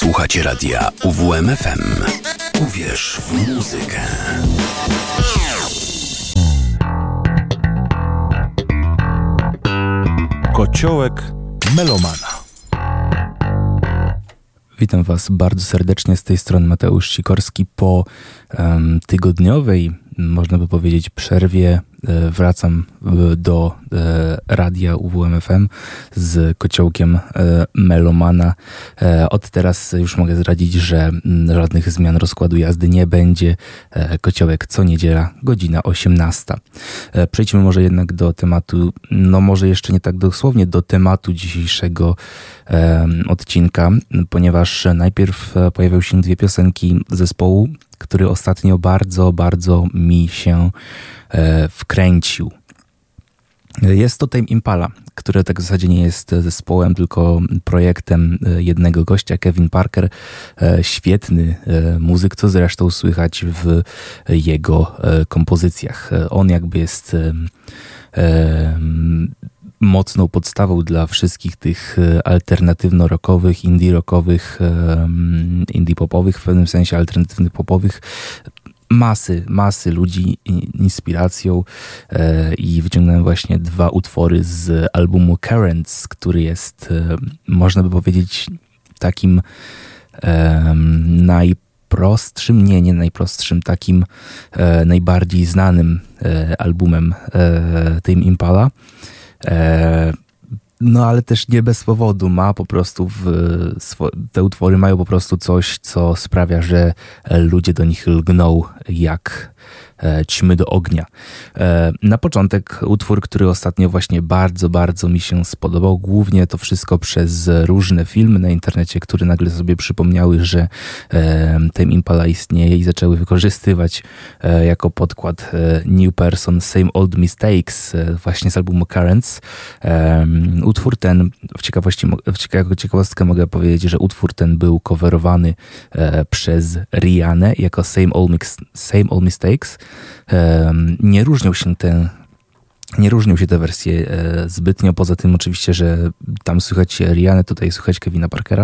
Słuchacie radia UWMFM. Uwierz w muzykę. Kociołek melomana. Witam Was bardzo serdecznie, z tej strony Mateusz Sikorski. Po tygodniowej, można by powiedzieć, przerwie wracam do radia UWMFM z kociołkiem melomana. Od teraz już mogę zdradzić, że żadnych zmian rozkładu jazdy nie będzie. Kociołek co niedziela, godzina 18. Przejdźmy może jednak do tematu, no może jeszcze nie tak dosłownie do tematu dzisiejszego odcinka, ponieważ najpierw pojawiały się dwie piosenki zespołu, który ostatnio bardzo mi się wkręcił. Jest to Tame Impala, który tak w zasadzie nie jest zespołem, tylko projektem jednego gościa, Kevin Parker. Świetny muzyk, co zresztą słychać w jego kompozycjach. On jakby jest mocną podstawą dla wszystkich tych alternatywno-rockowych, indie-rockowych, indie-popowych, w pewnym sensie alternatywnych popowych, masy ludzi inspiracją i wyciągnąłem właśnie dwa utwory z albumu Currents, który jest, można by powiedzieć, takim najprostszym, nie najprostszym, takim najbardziej znanym albumem Tame Impala. No ale też nie bez powodu, ma po prostu te utwory mają po prostu coś, co sprawia, że ludzie do nich lgną jak ćmy do ognia. Na początek utwór, który ostatnio właśnie bardzo mi się spodobał. Głównie to wszystko przez różne filmy na internecie, które nagle sobie przypomniały, że Tame Impala istnieje i zaczęły wykorzystywać jako podkład New Person, Same Old Mistakes właśnie z albumu Currents. Utwór ten, jako ciekawostkę mogę powiedzieć, że utwór ten był coverowany przez Rihannę jako Same Old Mistakes. Nie różnią się te wersje zbytnio, poza tym oczywiście, że tam słychać Rihannę, tutaj słychać Kevina Parkera.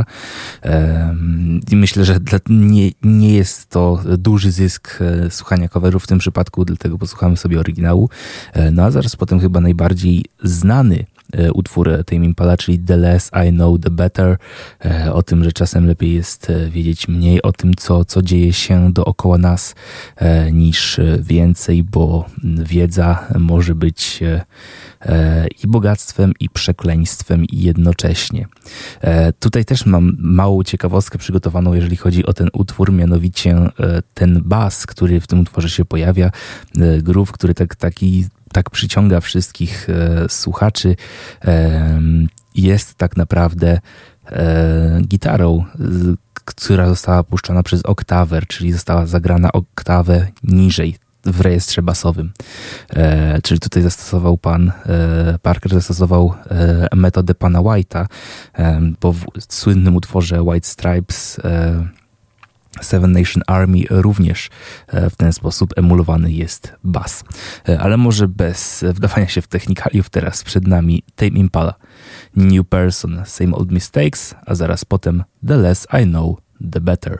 I myślę, że nie jest to duży zysk słuchania coverów w tym przypadku, dlatego posłuchamy sobie oryginału. No a zaraz potem chyba najbardziej znany utwór Tame Impala, czyli The Less I Know, The Better. O tym, że czasem lepiej jest wiedzieć mniej o tym, co dzieje się dookoła nas, niż więcej, bo wiedza może być i bogactwem, i przekleństwem i jednocześnie. Tutaj też mam małą ciekawostkę przygotowaną, jeżeli chodzi o ten utwór, mianowicie ten bas, który w tym utworze się pojawia, groove, który tak przyciąga wszystkich słuchaczy, jest tak naprawdę gitarą, która została puszczona przez oktawer, czyli została zagrana oktawę niżej w rejestrze basowym. Czyli tutaj Parker zastosował metodę pana White'a, bo w słynnym utworze White Stripes Seven Nation Army również w ten sposób emulowany jest bas. Ale może bez wdawania się w technikaliów, teraz przed nami Tame Impala, New Person, Same Old Mistakes, a zaraz potem The Less I Know, The Better.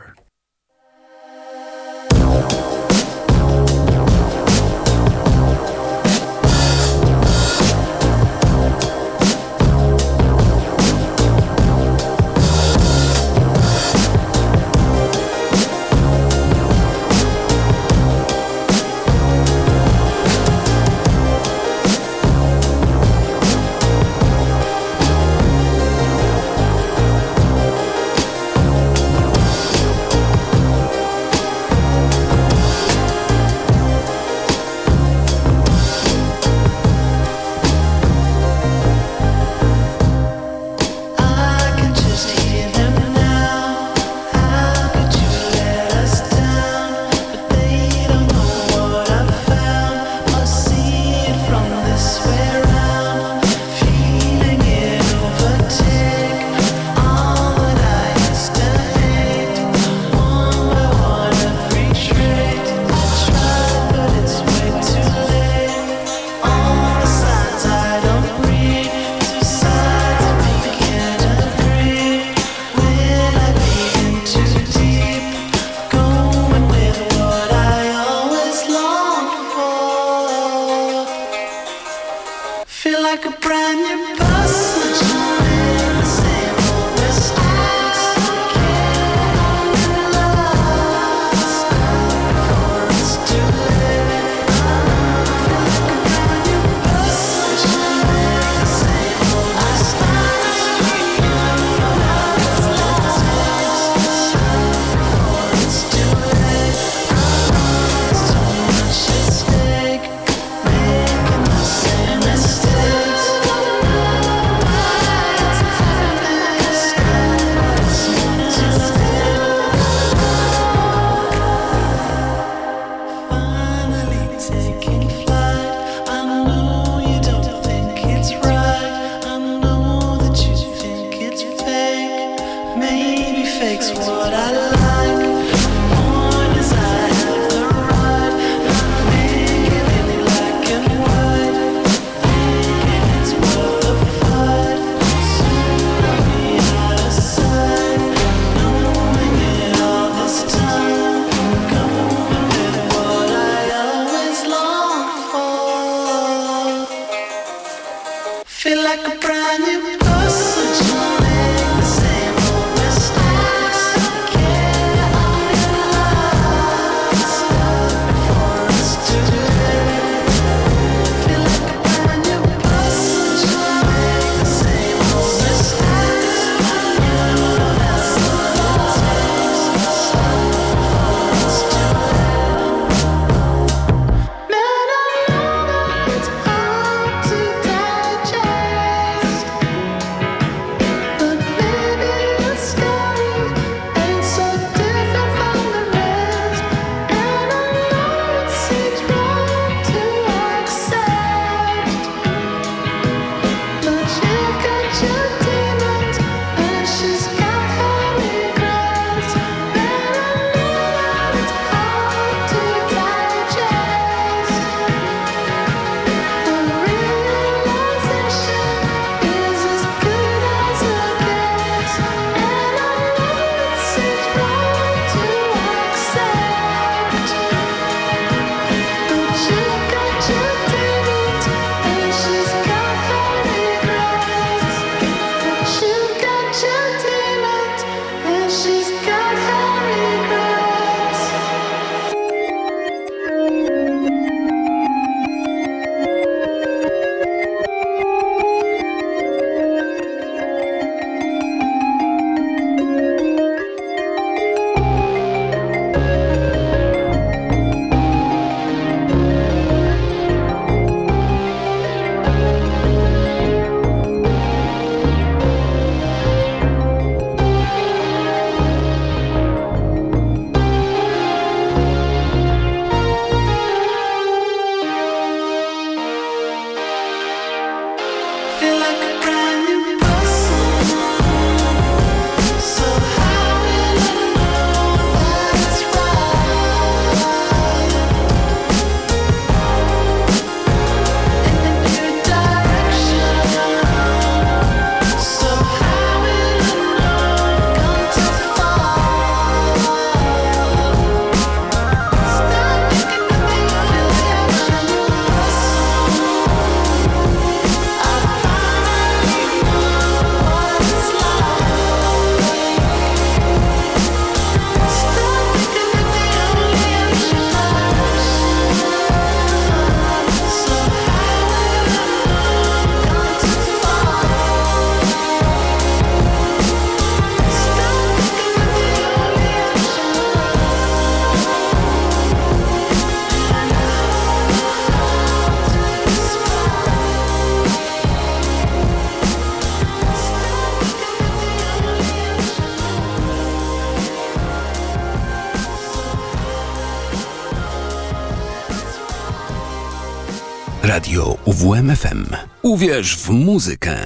Radio UWMFM. Uwierz w muzykę.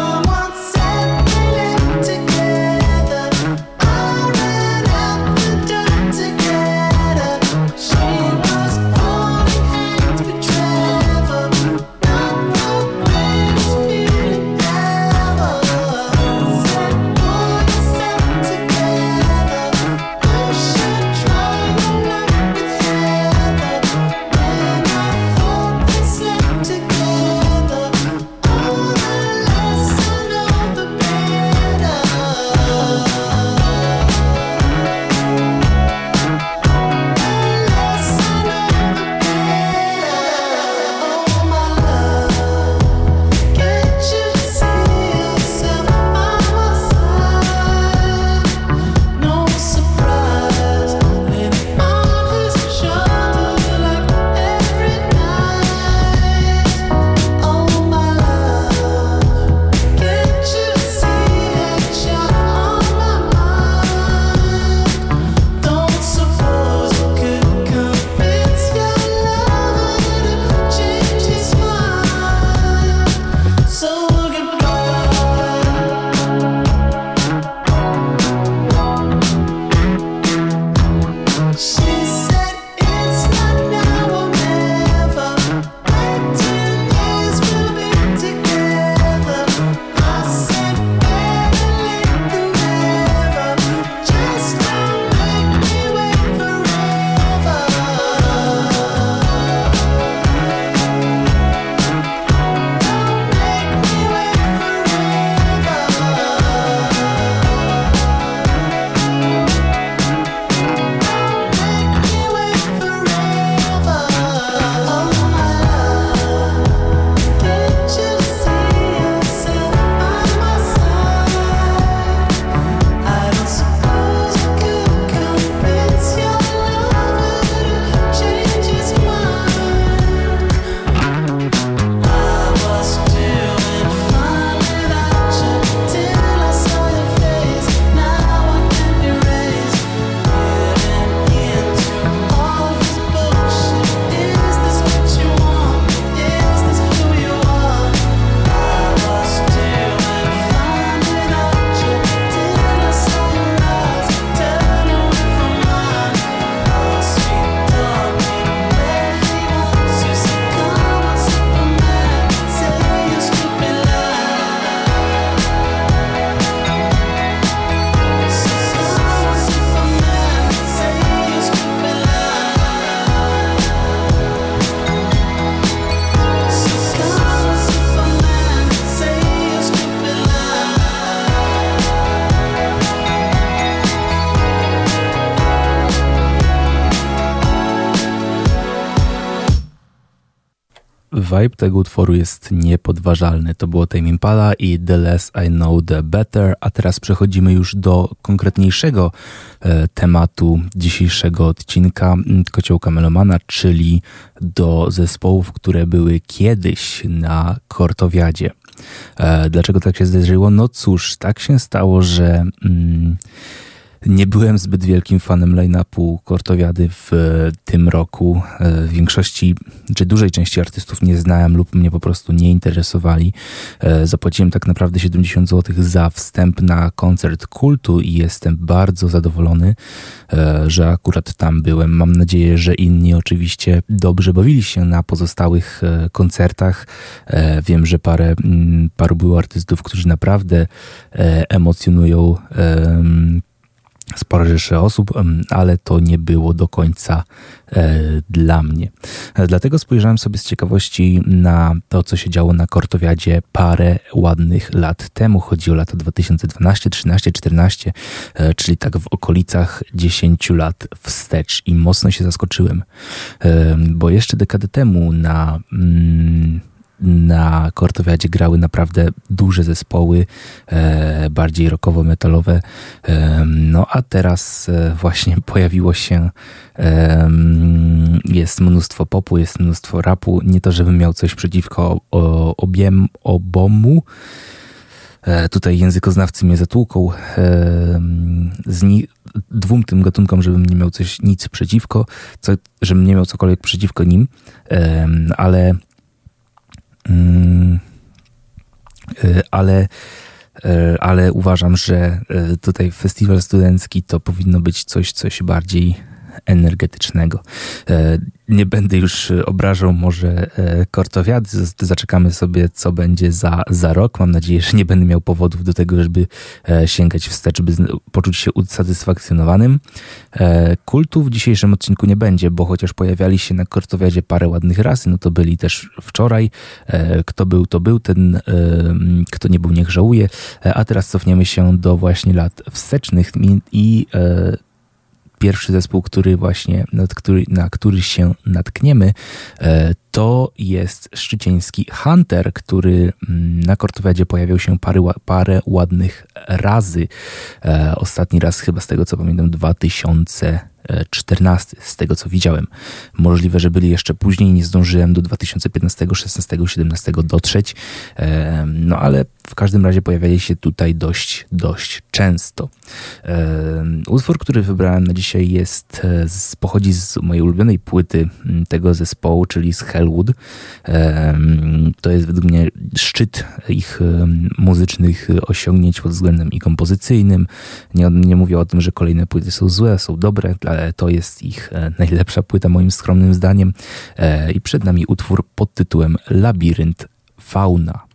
Someone said we live together. I ran out the door. vibe tego utworu jest niepodważalny. To było Tame Impala i The Less I Know The Better, a teraz przechodzimy już do konkretniejszego tematu dzisiejszego odcinka Kociołka Melomana, czyli do zespołów, które były kiedyś na Kortowiadzie. Dlaczego tak się zdarzyło? No cóż, tak się stało, że nie byłem zbyt wielkim fanem line-upu Kortowiady w tym roku. W większości, czy dużej części artystów nie znałem lub mnie po prostu nie interesowali. Zapłaciłem tak naprawdę 70 zł za wstęp na koncert Kultu i jestem bardzo zadowolony, że akurat tam byłem. Mam nadzieję, że inni oczywiście dobrze bawili się na pozostałych koncertach. Wiem, że paru było artystów, którzy naprawdę emocjonują sporo rzeszy osób, ale to nie było do końca dla mnie. Dlatego spojrzałem sobie z ciekawości na to, co się działo na Kortowiadzie parę ładnych lat temu. Chodzi o lata 2012, 13, 14, czyli tak w okolicach 10 lat wstecz i mocno się zaskoczyłem, bo jeszcze dekadę temu na Kortowiadzie grały naprawdę duże zespoły, bardziej rockowo-metalowe, no a teraz właśnie pojawiło się, jest mnóstwo popu, jest mnóstwo rapu, nie to żebym miał coś przeciwko obomu, tutaj językoznawcy mnie zatłuką, dwóm tym gatunkom, żebym nie miał nic przeciwko, żebym nie miał cokolwiek przeciwko nim, ale uważam, że tutaj festiwal studencki to powinno być coś bardziej energetycznego. Nie będę już obrażał może Kortowiady, zaczekamy sobie, co będzie za rok. Mam nadzieję, że nie będę miał powodów do tego, żeby sięgać wstecz, by poczuć się usatysfakcjonowanym. Kultu w dzisiejszym odcinku nie będzie, bo chociaż pojawiali się na Kortowiadzie parę ładnych razy, no to byli też wczoraj. Kto był, to był, kto nie był, niech żałuje. A teraz cofniemy się do właśnie lat wstecznych i pierwszy zespół, na który się natkniemy, to jest szczycieński Hunter, który na Kortowiadzie pojawiał się parę ładnych razy. Ostatni raz chyba, z tego co pamiętam, 2014, z tego co widziałem. Możliwe, że byli jeszcze później, nie zdążyłem do 2015, 16, 17 dotrzeć, no ale w każdym razie pojawiali się tutaj dość często. Utwór, który wybrałem na dzisiaj pochodzi z mojej ulubionej płyty tego zespołu, czyli z Hellwood. To jest według mnie szczyt ich muzycznych osiągnięć pod względem i kompozycyjnym. Nie mówię o tym, że kolejne płyty są złe, są dobre, ale to jest ich najlepsza płyta moim skromnym zdaniem. I przed nami utwór pod tytułem Labirynt Fauna.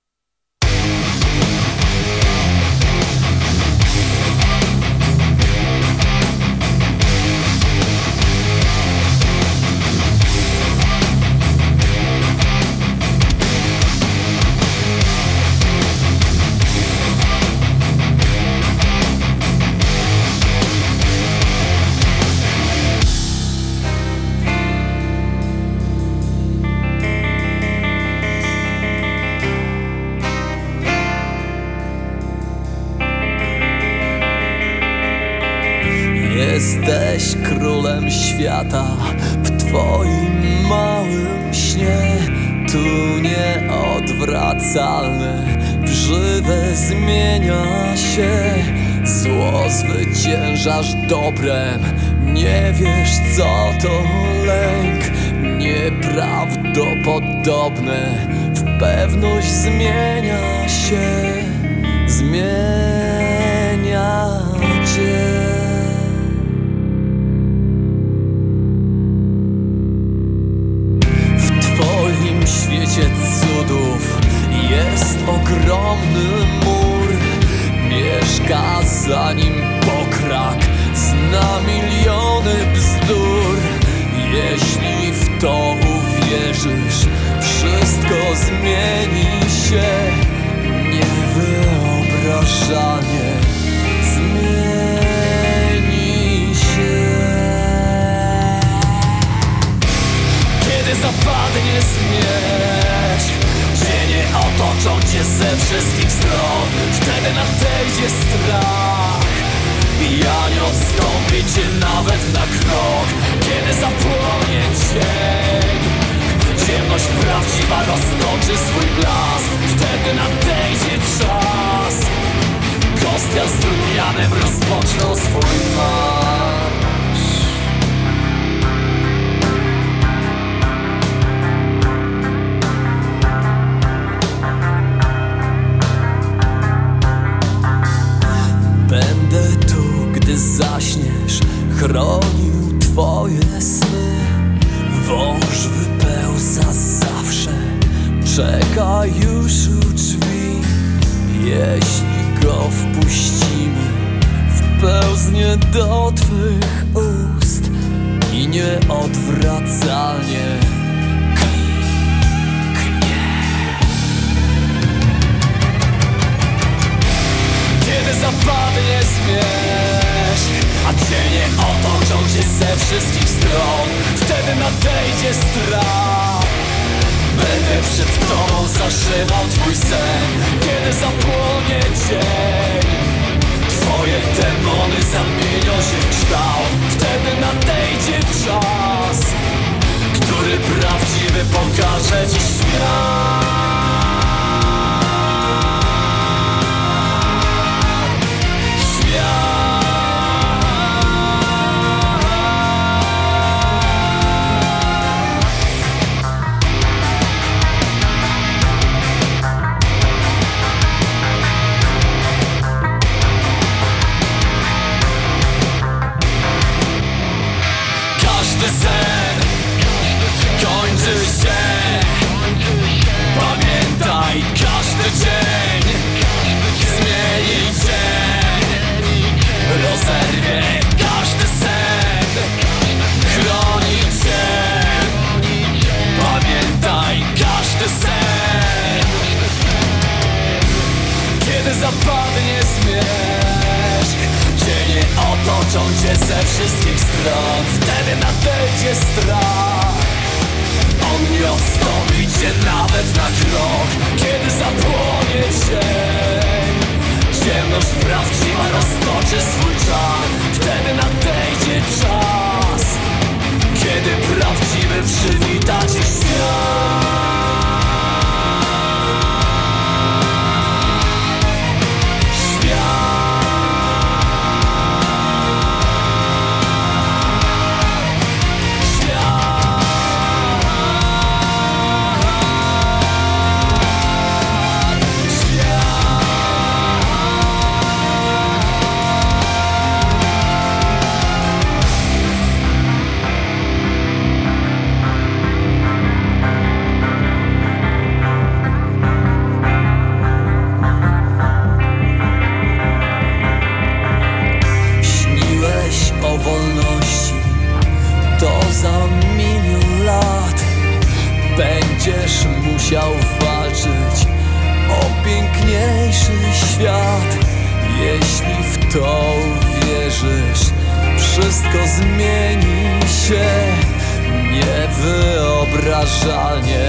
Jesteś królem świata w twoim małym śnie. Tu nieodwracalne w żywe zmienia się. Zło zwyciężasz dobrem, nie wiesz co to lęk. Nieprawdopodobne w pewność zmienia się. Zmienia cię. W świecie cudów jest ogromny mur. Mieszka za nim pokrak, zna miliony bzdur. Jeśli w to uwierzysz, wszystko zmieni się. Niewyobrażalnie zmieni się. Kiedy zapadnie zmierzch, wszystkich stron. Wtedy nadejdzie strach i ja nie odstąpię cię nawet na krok. Kiedy zapłonie cień, ciemność prawdziwa roztoczy swój blask. Wtedy nadejdzie czas, Kostia z Trumianem rozpoczną swój marsz. Będę tu, gdy zaśniesz, chronił twoje sny. Wąż wypełza zawsze, czeka już u drzwi. Jeśli go wpuścimy, wpełznie do twych ust i nieodwracalnie kliknie. Kiedy zapadnie zmierzch, a cienie otoczą cię ze wszystkich stron, wtedy nadejdzie strach. Będę przed tobą zaszywał twój sen. Kiedy zapłonie dzień, twoje demony zamienią się w kształt. Wtedy nadejdzie czas, który prawdziwy pokaże ci świat. Sen kończy się. Pamiętaj, każdy dzień zmieni cień. Rozerwie każdy sen, chroni cię. Pamiętaj, każdy sen. Kiedy zapadnie zmierzch, cienie otoczą cię ze wszystkich stron. Wtedy nadejdzie strach, on nie odstąpi cię nawet na krok. Kiedy zapłonie cień, ciemność prawdziwa roztoczy swój czar. Wtedy nadejdzie czas, kiedy prawdziwy przywita cię świat. Będziesz musiał walczyć o piękniejszy świat. Jeśli w to uwierzysz, wszystko zmieni się niewyobrażalnie.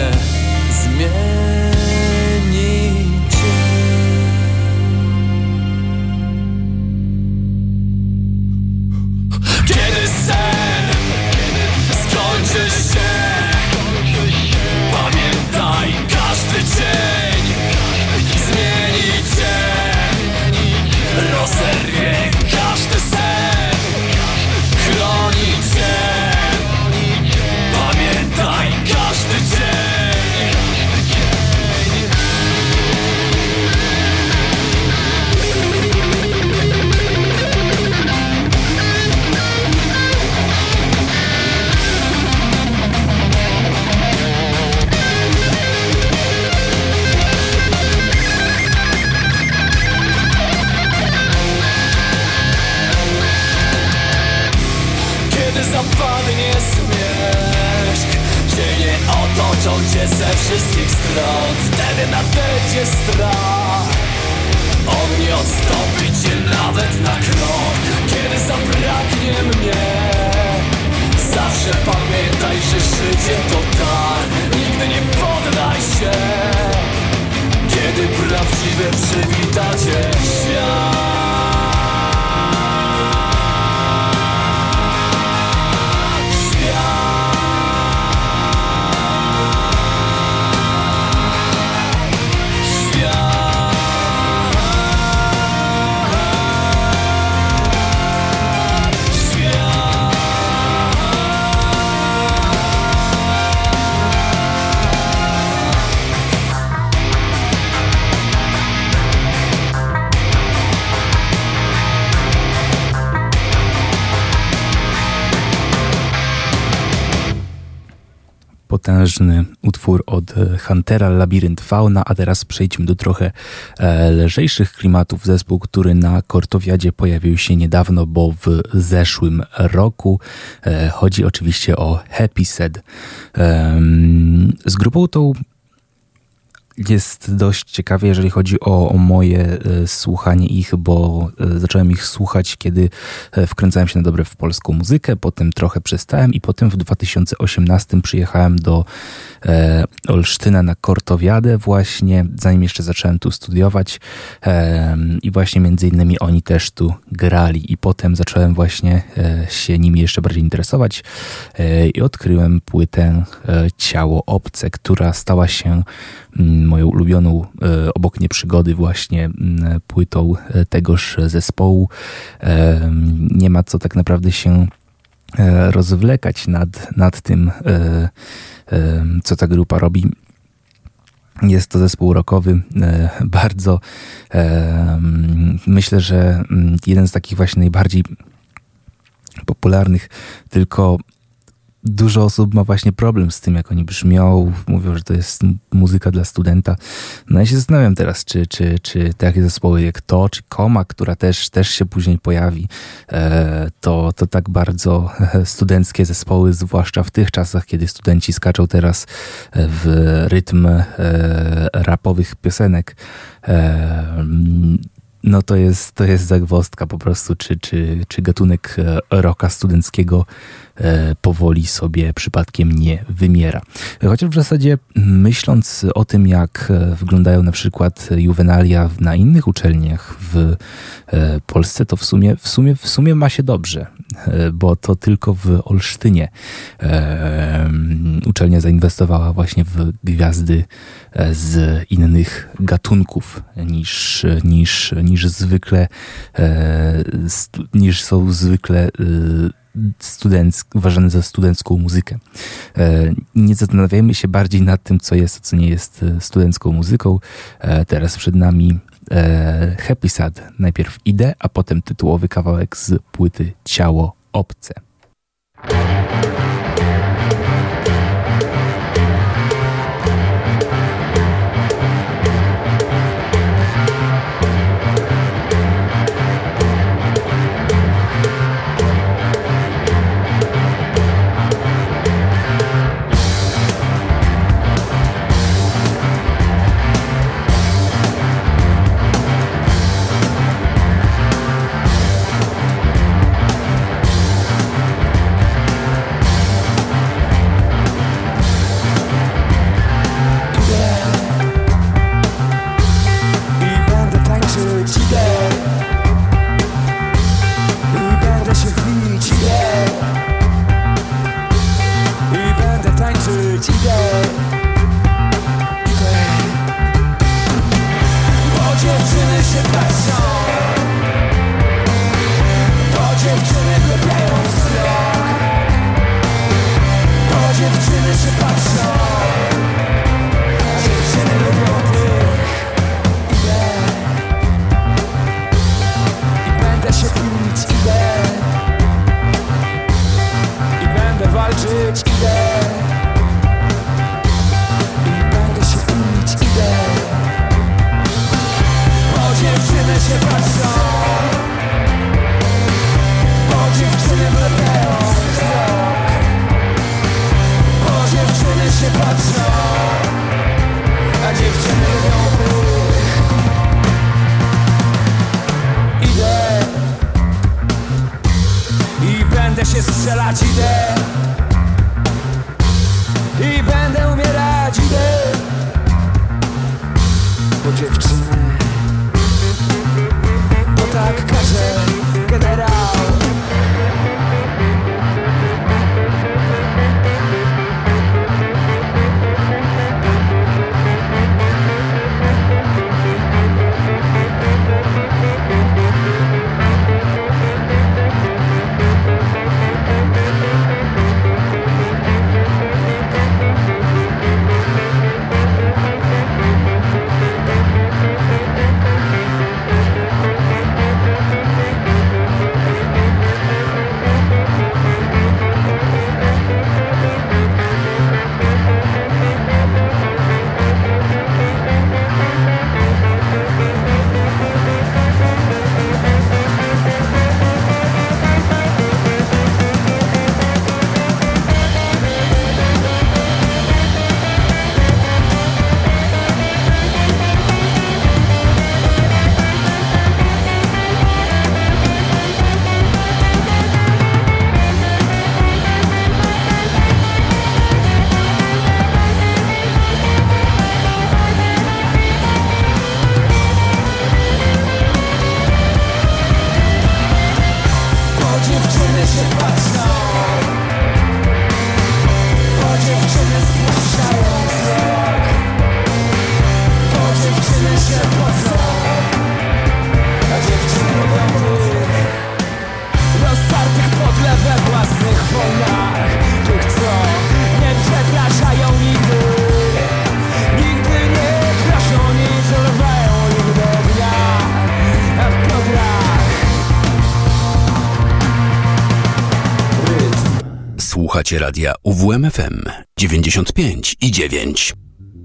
Zmieni cię. Kiedy sen skończy się, pamiętaj, każdy dzień zmieni cię. Rozerwie każdy sen, chroni cię. Pamiętaj, każdy dzień. Zapadnie zmierzch, cienie otoczą cię ze wszystkich stron. Wtedy nadejdzie strach, on nie odstąpi cię nawet na krok. Kiedy zabraknie mnie, zawsze pamiętaj, że życie to dar. Nigdy nie poddaj się, kiedy prawdziwy wy przywitacie świat. Potężny utwór od Huntera, Labirynt Fauna, a teraz przejdźmy do trochę lżejszych klimatów. Zespół, który na Kortowiadzie pojawił się niedawno, bo w zeszłym roku. Chodzi oczywiście o Happy Sad. Z grupą tą jest dość ciekawie, jeżeli chodzi o moje słuchanie ich, bo zacząłem ich słuchać, kiedy wkręcałem się na dobre w polską muzykę, potem trochę przestałem i potem w 2018 przyjechałem do Olsztyna na Kortowiadę właśnie, zanim jeszcze zacząłem tu studiować i właśnie między innymi oni też tu grali i potem zacząłem właśnie się nimi jeszcze bardziej interesować i odkryłem płytę Ciało Obce, która stała się moją ulubioną obok Nieprzygody właśnie płytą tegoż zespołu. Nie ma co tak naprawdę się rozwlekać nad tym, co ta grupa robi. Jest to zespół rockowy, bardzo myślę, że jeden z takich właśnie najbardziej popularnych, tylko dużo osób ma właśnie problem z tym, jak oni brzmią. Mówią, że to jest muzyka dla studenta. No ja się zastanawiam teraz, czy takie zespoły jak to, czy Koma, która też się później pojawi, to tak bardzo studenckie zespoły, zwłaszcza w tych czasach, kiedy studenci skaczą teraz w rytm rapowych piosenek. No to jest zagwozdka po prostu, czy gatunek rocka studenckiego powoli sobie przypadkiem nie wymiera. Chociaż w zasadzie myśląc o tym, jak wyglądają na przykład juwenalia na innych uczelniach w Polsce, to w sumie ma się dobrze, bo to tylko w Olsztynie uczelnia zainwestowała właśnie w gwiazdy z innych gatunków niż są zwykle uważane za studencką muzykę. Nie zastanawiajmy się bardziej nad tym, co jest, a co nie jest studencką muzyką. Teraz przed nami Happy Sad. Najpierw Idę, a potem tytułowy kawałek z płyty Ciało Obce. Dziewczyny Słuchacie radia UWMFM 95,9.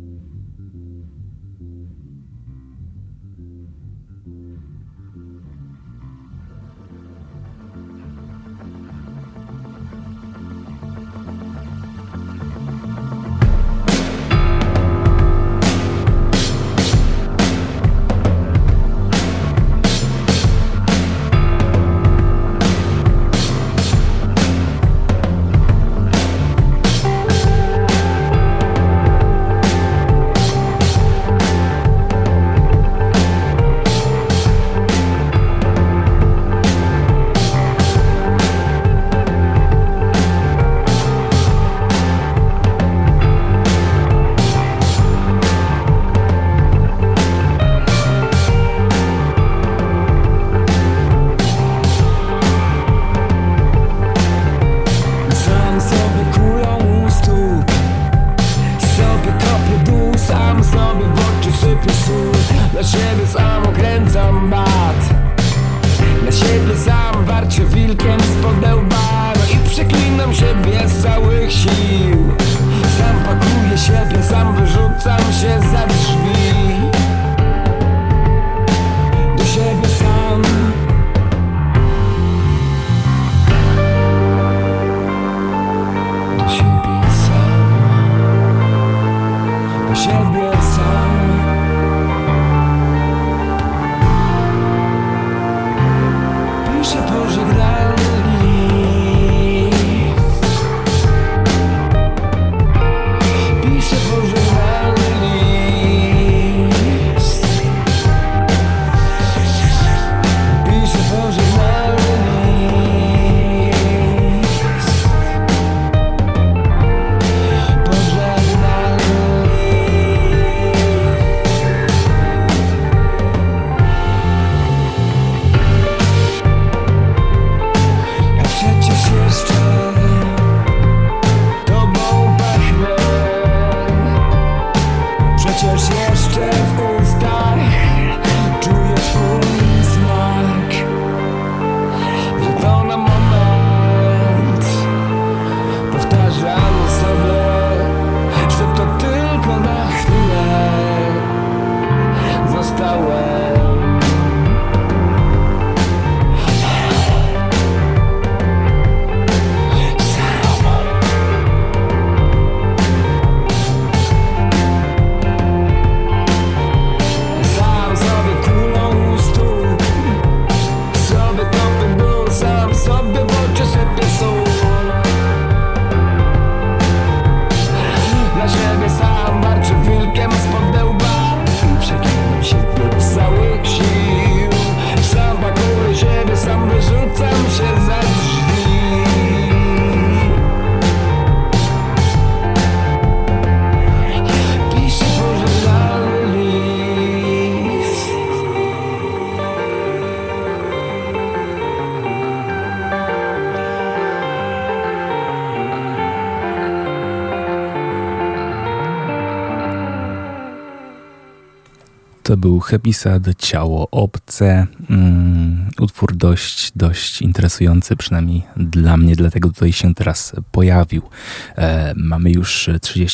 To był Happy Sad, Ciało obce. Utwór dość interesujący, przynajmniej dla mnie, dlatego tutaj się teraz pojawił. Mamy już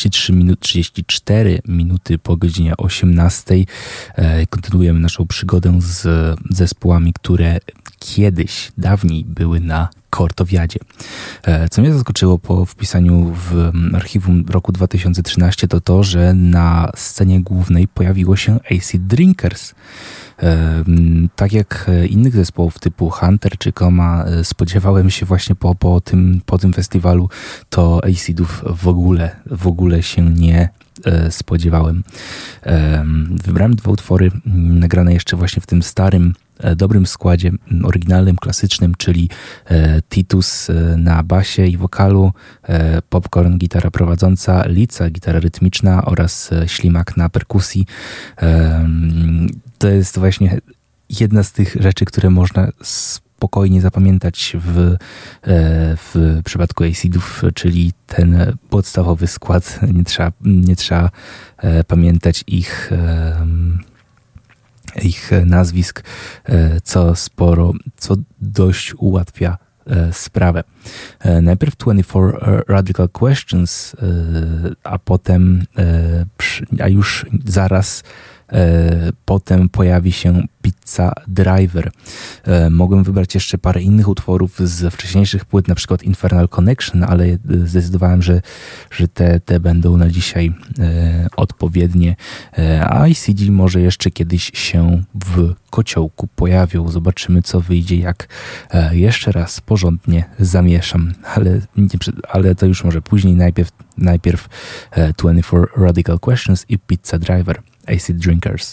34 minuty po godzinie 18. Kontynuujemy naszą przygodę z zespołami, które kiedyś, dawniej były na Kortowiadzie. Co mnie zaskoczyło po wpisaniu w archiwum roku 2013 to to, że na scenie głównej pojawiło się Acid Drinkers. Tak jak innych zespołów typu Hunter czy Koma, spodziewałem się właśnie po tym festiwalu, to Acidów w ogóle się nie spodziewałem. Wybrałem 2 utwory nagrane jeszcze właśnie w tym starym, dobrym składzie, oryginalnym, klasycznym, czyli Titus na basie i wokalu, Popcorn gitara prowadząca, Lica gitara rytmiczna oraz Ślimak na perkusji. To jest właśnie jedna z tych rzeczy, które można spokojnie zapamiętać w przypadku Acidów, czyli ten podstawowy skład. Nie trzeba pamiętać ich nazwisk, co dość ułatwia sprawę. Najpierw 24 Radical Questions, a potem, a już zaraz potem pojawi się Pizza Driver. Mogłem wybrać jeszcze parę innych utworów z wcześniejszych płyt, na przykład Infernal Connection, ale zdecydowałem, że te będą na dzisiaj odpowiednie. A ICD może jeszcze kiedyś się w kociołku pojawią. Zobaczymy, co wyjdzie, jak jeszcze raz porządnie zamieszam. Ale to już może później. Najpierw 24 Radical Questions i Pizza Driver. Acid Drinkers.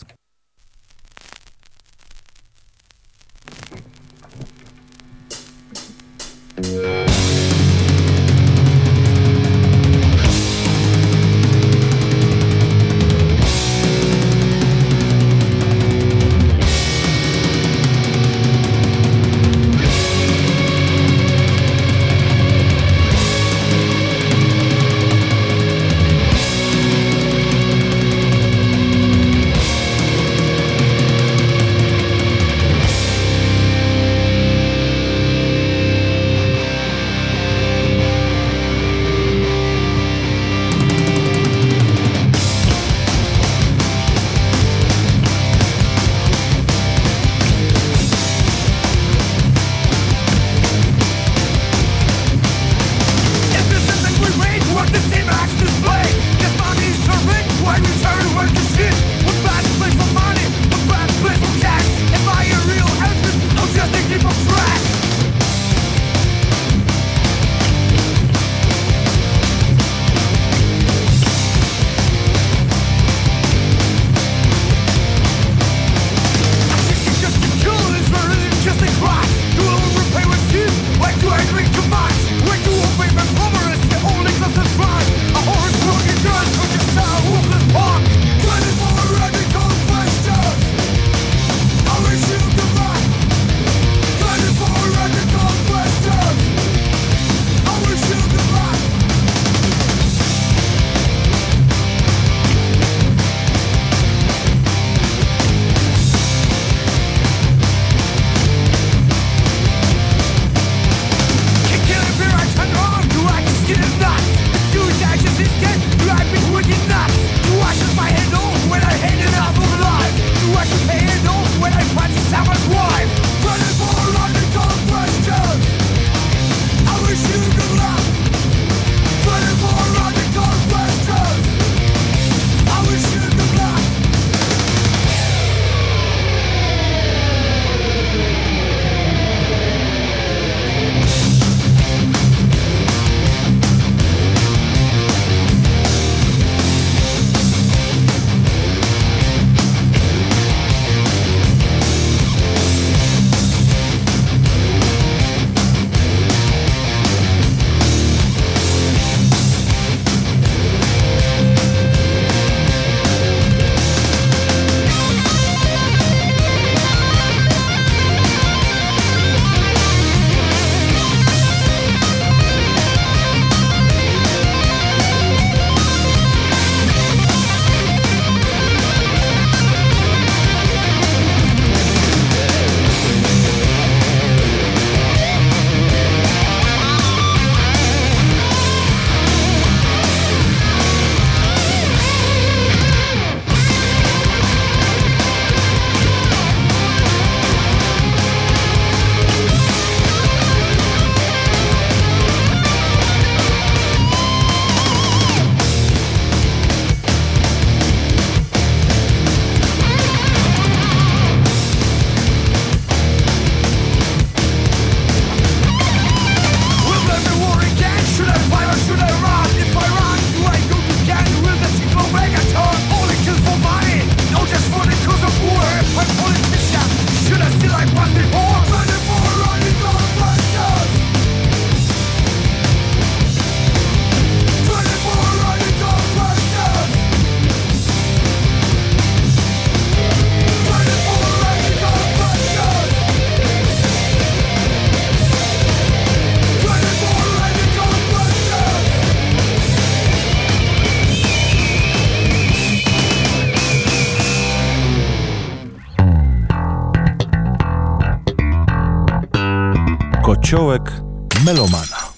Kociołek Melomana.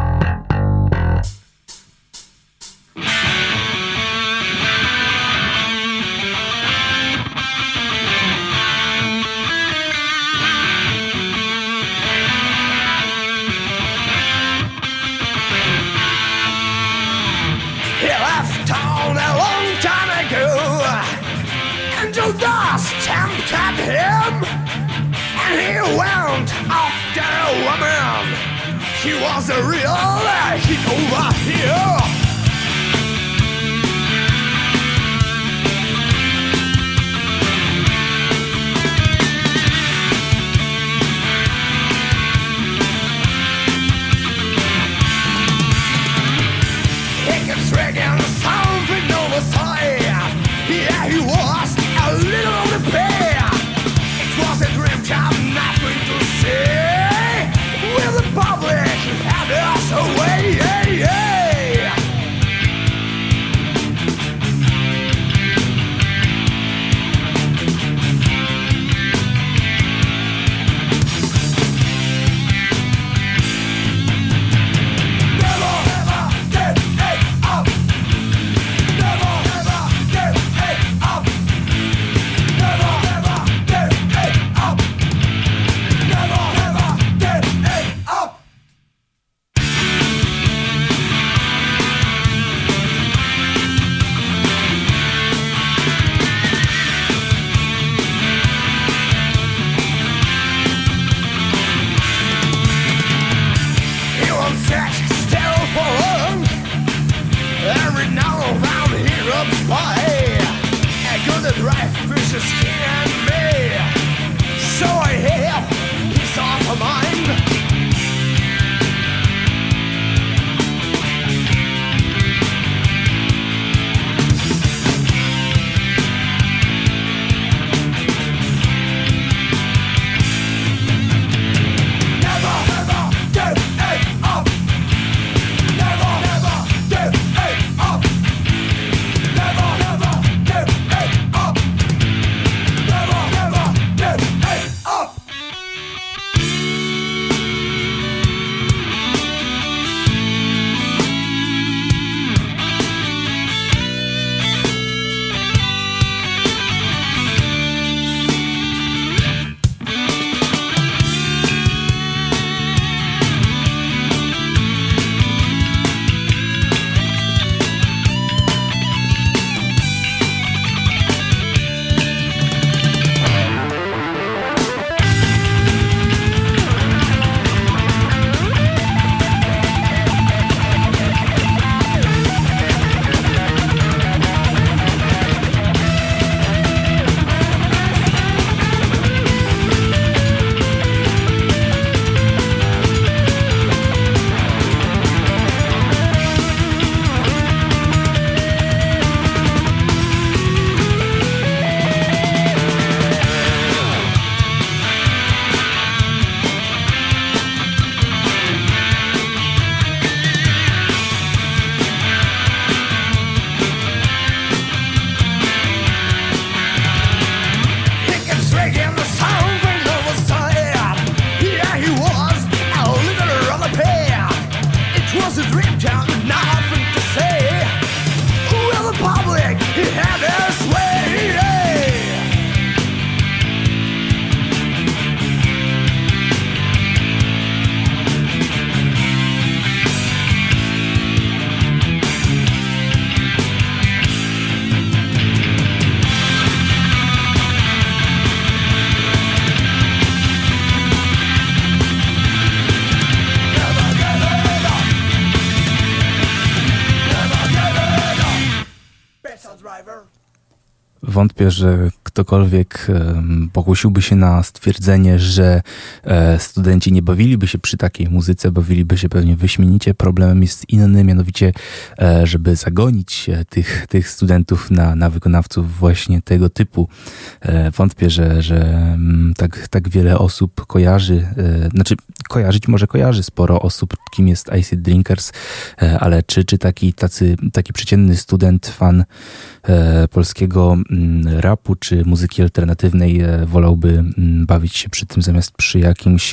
Angel dust tempted him, and he went after a woman. He was a real hit over here. He keeps ringing something over side. Yeah, he was a little on the pair. It was a dream job, nothing to say. With the public, had us away. Yeah, yeah. Wątpię, że ktokolwiek pokusiłby się na stwierdzenie, że studenci nie bawiliby się przy takiej muzyce, bawiliby się pewnie wyśmienicie. Problemem jest inny, mianowicie, żeby zagonić tych studentów na wykonawców właśnie tego typu. Wątpię, że tak wiele osób kojarzy, kojarzy sporo osób, kim jest Acid Drinkers, ale czy taki przeciętny student, fan polskiego rapu, czy muzyki alternatywnej wolałby bawić się przy tym zamiast przy jakimś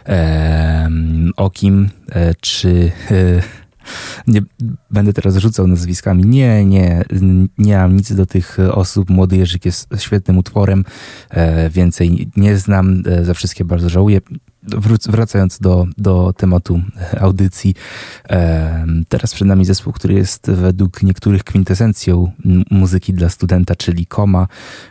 Okim czy... Nie będę teraz rzucał nazwiskami. Nie mam nic do tych osób. Młody Jerzyk jest świetnym utworem. Więcej nie znam. Za wszystkie bardzo żałuję. Wracając do tematu audycji. Teraz przed nami zespół, który jest według niektórych kwintesencją muzyki dla studenta, czyli Koma.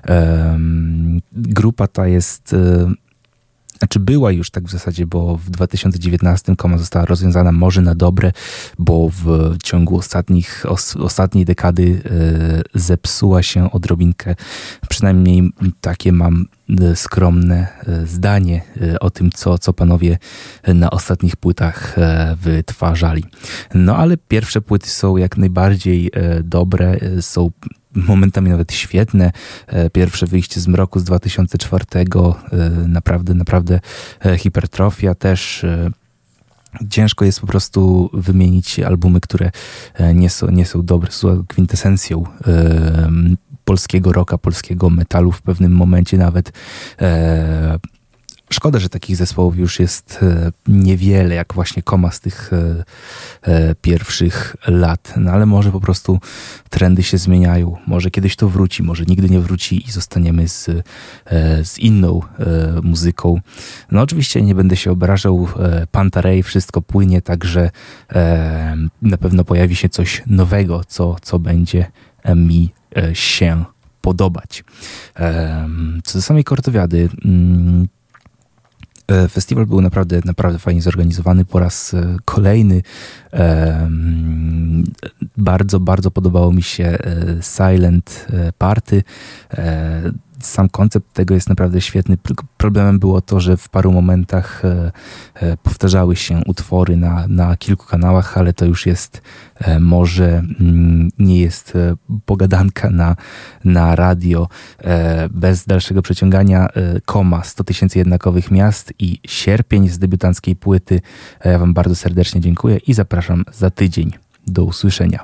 Grupa ta jest... Znaczy była już tak w zasadzie, bo w 2019 Koma została rozwiązana może na dobre, bo w ciągu ostatniej dekady zepsuła się odrobinkę. Przynajmniej takie mam skromne zdanie o tym, co panowie na ostatnich płytach wytwarzali. No ale pierwsze płyty są jak najbardziej dobre, są momentami nawet świetne. Pierwsze wyjście z mroku z 2004, naprawdę hipertrofia też. Ciężko jest po prostu wymienić albumy, które nie są dobre, są kwintesencją polskiego rocka, polskiego metalu w pewnym momencie nawet. Szkoda, że takich zespołów już jest niewiele, jak właśnie Koma z tych pierwszych lat. No ale może po prostu trendy się zmieniają. Może kiedyś to wróci, może nigdy nie wróci i zostaniemy z inną muzyką. No oczywiście nie będę się obrażał. Pantarej, wszystko płynie, także na pewno pojawi się coś nowego, co będzie mi się podobać. Co do samej Kortowiady, festiwal był naprawdę fajnie zorganizowany po raz kolejny. Bardzo podobało mi się Silent Party. Sam koncept tego jest naprawdę świetny. Problemem było to, że w paru momentach powtarzały się utwory na kilku kanałach, ale to już jest może nie jest pogadanka na radio. Bez dalszego przeciągania Koma, 100 000 jednakowych miast i Sierpień z debiutanckiej płyty. Ja wam bardzo serdecznie dziękuję i zapraszam za tydzień. Do usłyszenia.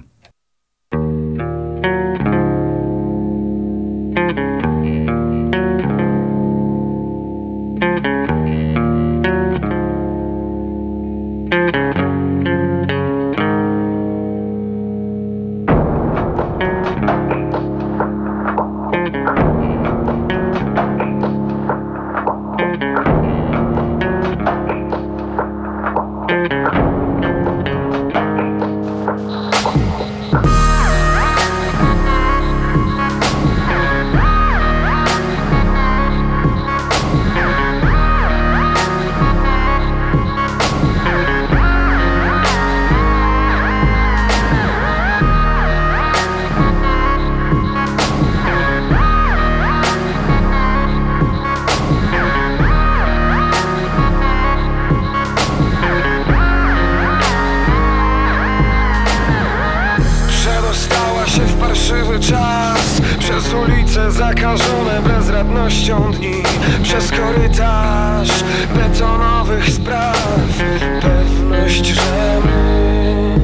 Zakażone bezradnością dni, przez korytarz betonowych spraw. Pewność, że my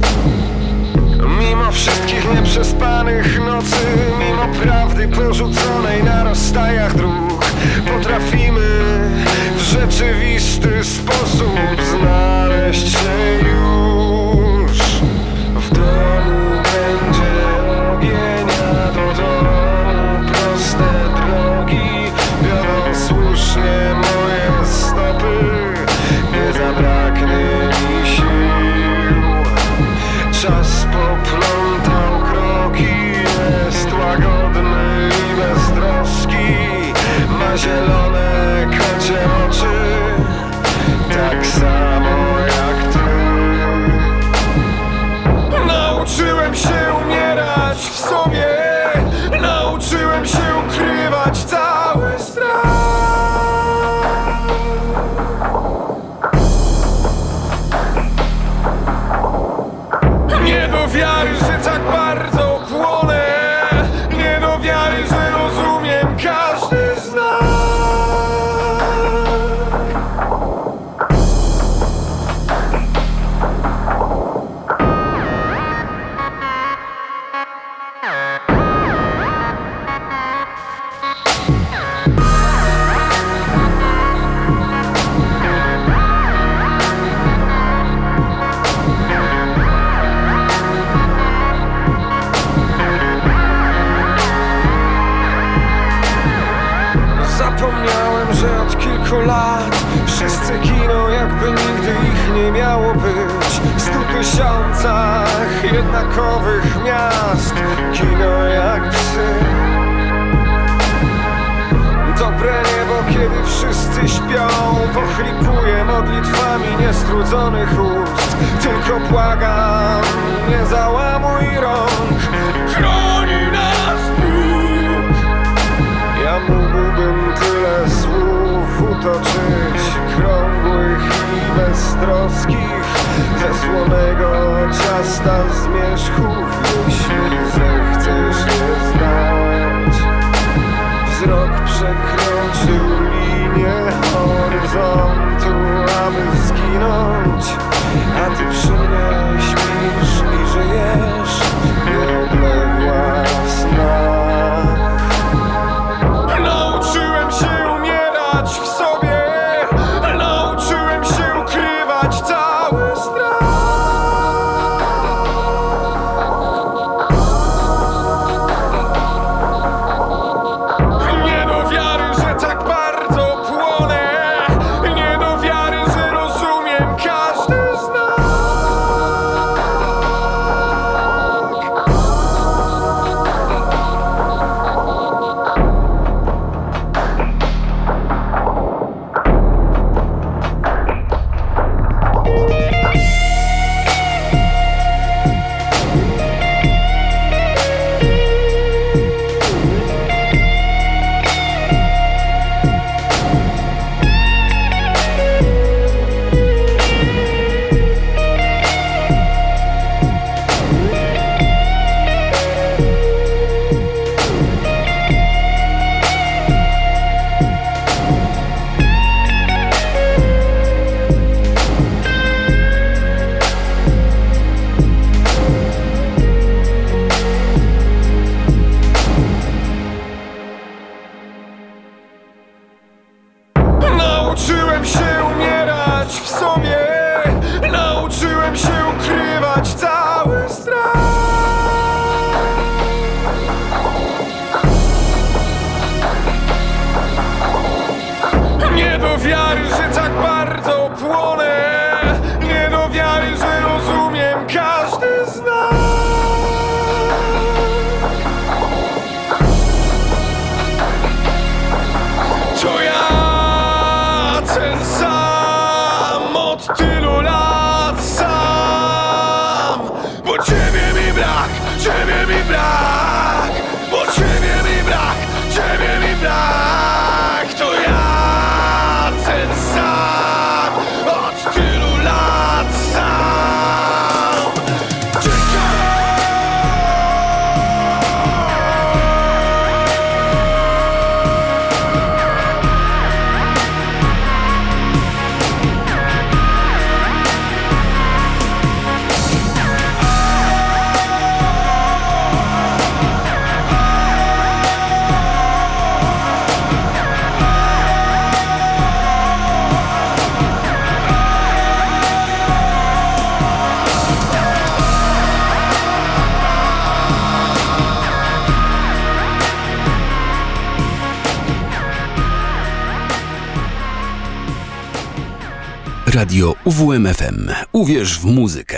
mimo wszystkich nieprzespanych nocy, mimo prawdy porzuconej na rozstajach dróg, potrafimy w rzeczywisty sposób znaleźć się już w domu. Będzie ogień, a do domu proste drogi wiodą słusznie moje stopy. Nie zabraknie mi sił. Czas poplątał krok. kilku lat. Wszyscy giną, jakby nigdy ich nie miało być. W 100 000 jednakowych miast giną jak psy. Dobre niebo, kiedy wszyscy śpią, pochlipuje modlitwami niestrudzonych ust. Tylko błagam, nie załamuj rąk, chroni nas Bóg. Ja mógłbym tyle słów utoczyć, krągłych i beztroskich, ze słonego ciasta zmierzchów, jeśli zechcesz je znać. Wzrok przekroczył linię horyzontu, aby zginąć, a ty przy mnie śpisz i żyjesz, nieodległa w snach. Nauczyłem się umierać w sobie, nauczyłem się ukrywać cały strach. Nauczyłem się umierać w sobie, nauczyłem się ukrywać cały strach. Nie do wiary, że tak bardzo płonę, nie do wiary, że rozumiem każdy z nas. To ja, ten sam, od tylu lat sam. Bo ciebie mi brak, ciebie mi brak, bo ciebie mi brak, ciebie mi brak. To ja, ten sam, od tylu lat sam. Czekam. Radio UWMFM. Uwierz w muzykę.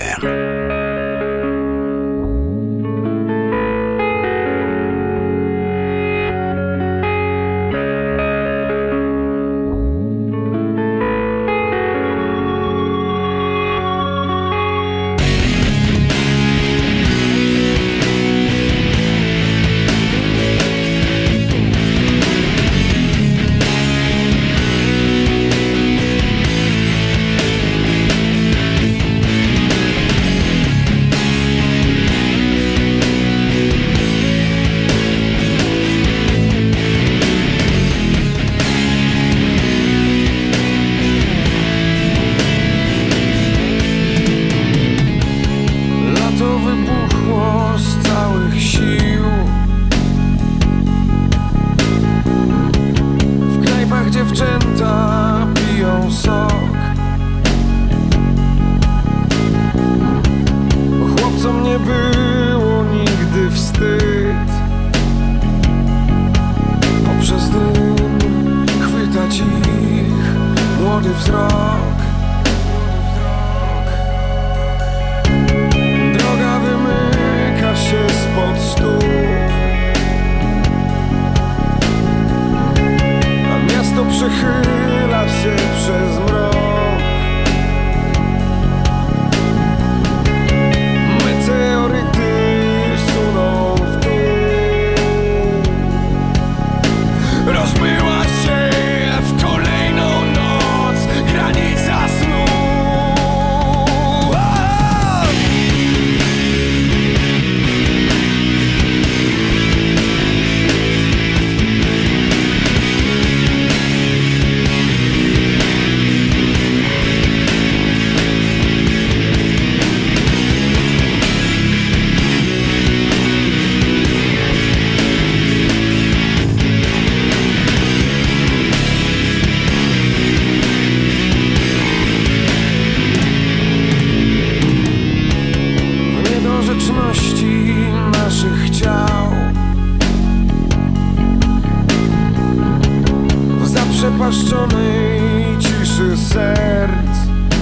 zapłaszczonej ciszy serc.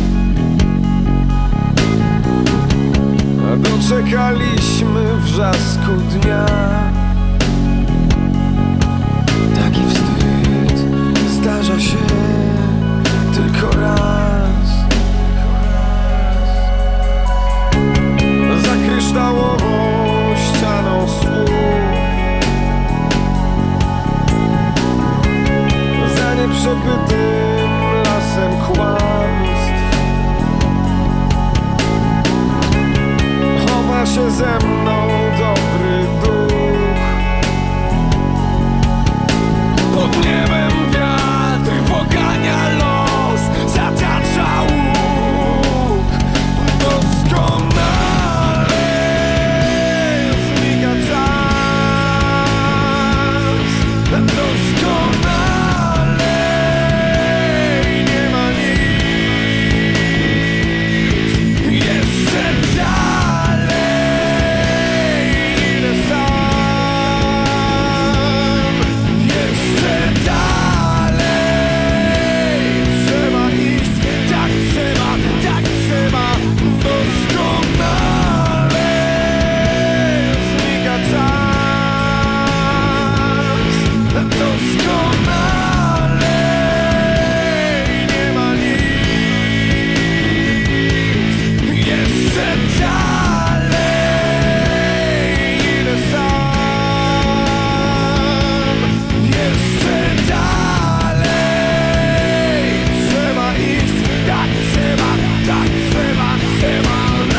Doczekaliśmy wrzasku dnia. Taki wstyd zdarza się tylko raz. Za kryształową ścianą słów, za nieprzebytym lasem kłamstw chowa się ze mną dobry duch. Pod niebem wiatr pogania los, zatacza łuk. Doskonale zmiga czas, doskonale nie ma nic. Jeszcze dalej idę sam, jeszcze dalej trzeba iść, tak trzeba, tak trzeba. Doskonale znika czas, doskonale nie ma nic. Jeszcze dalej idę sam, jeszcze dalej trzeba iść, tak trzeba, tak trzeba, trzeba.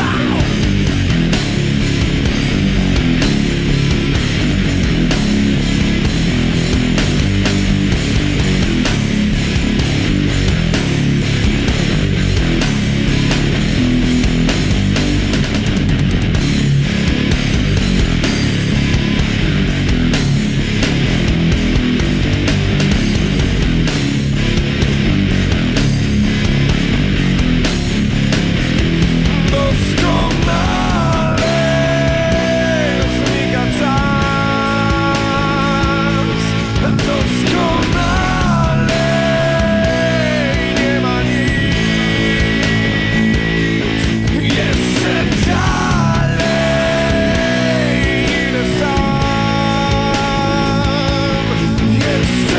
Doskonale znika czas, doskonale nie ma nic. Jeszcze dalej idę sam, jeszcze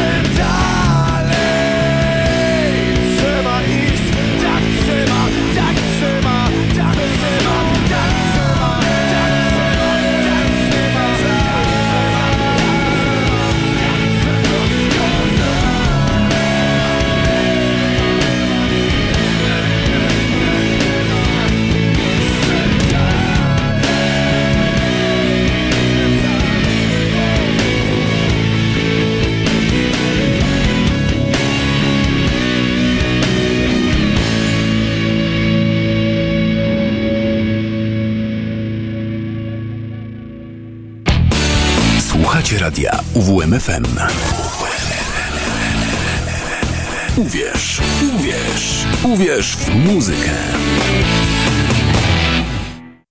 dalej trzeba iść, tak trzeba, tak trzeba, tak trzeba, tak trzeba, tak trzeba, tak Słuchacie radia UWMFM. Uwierz, uwierz, uwierz w muzykę.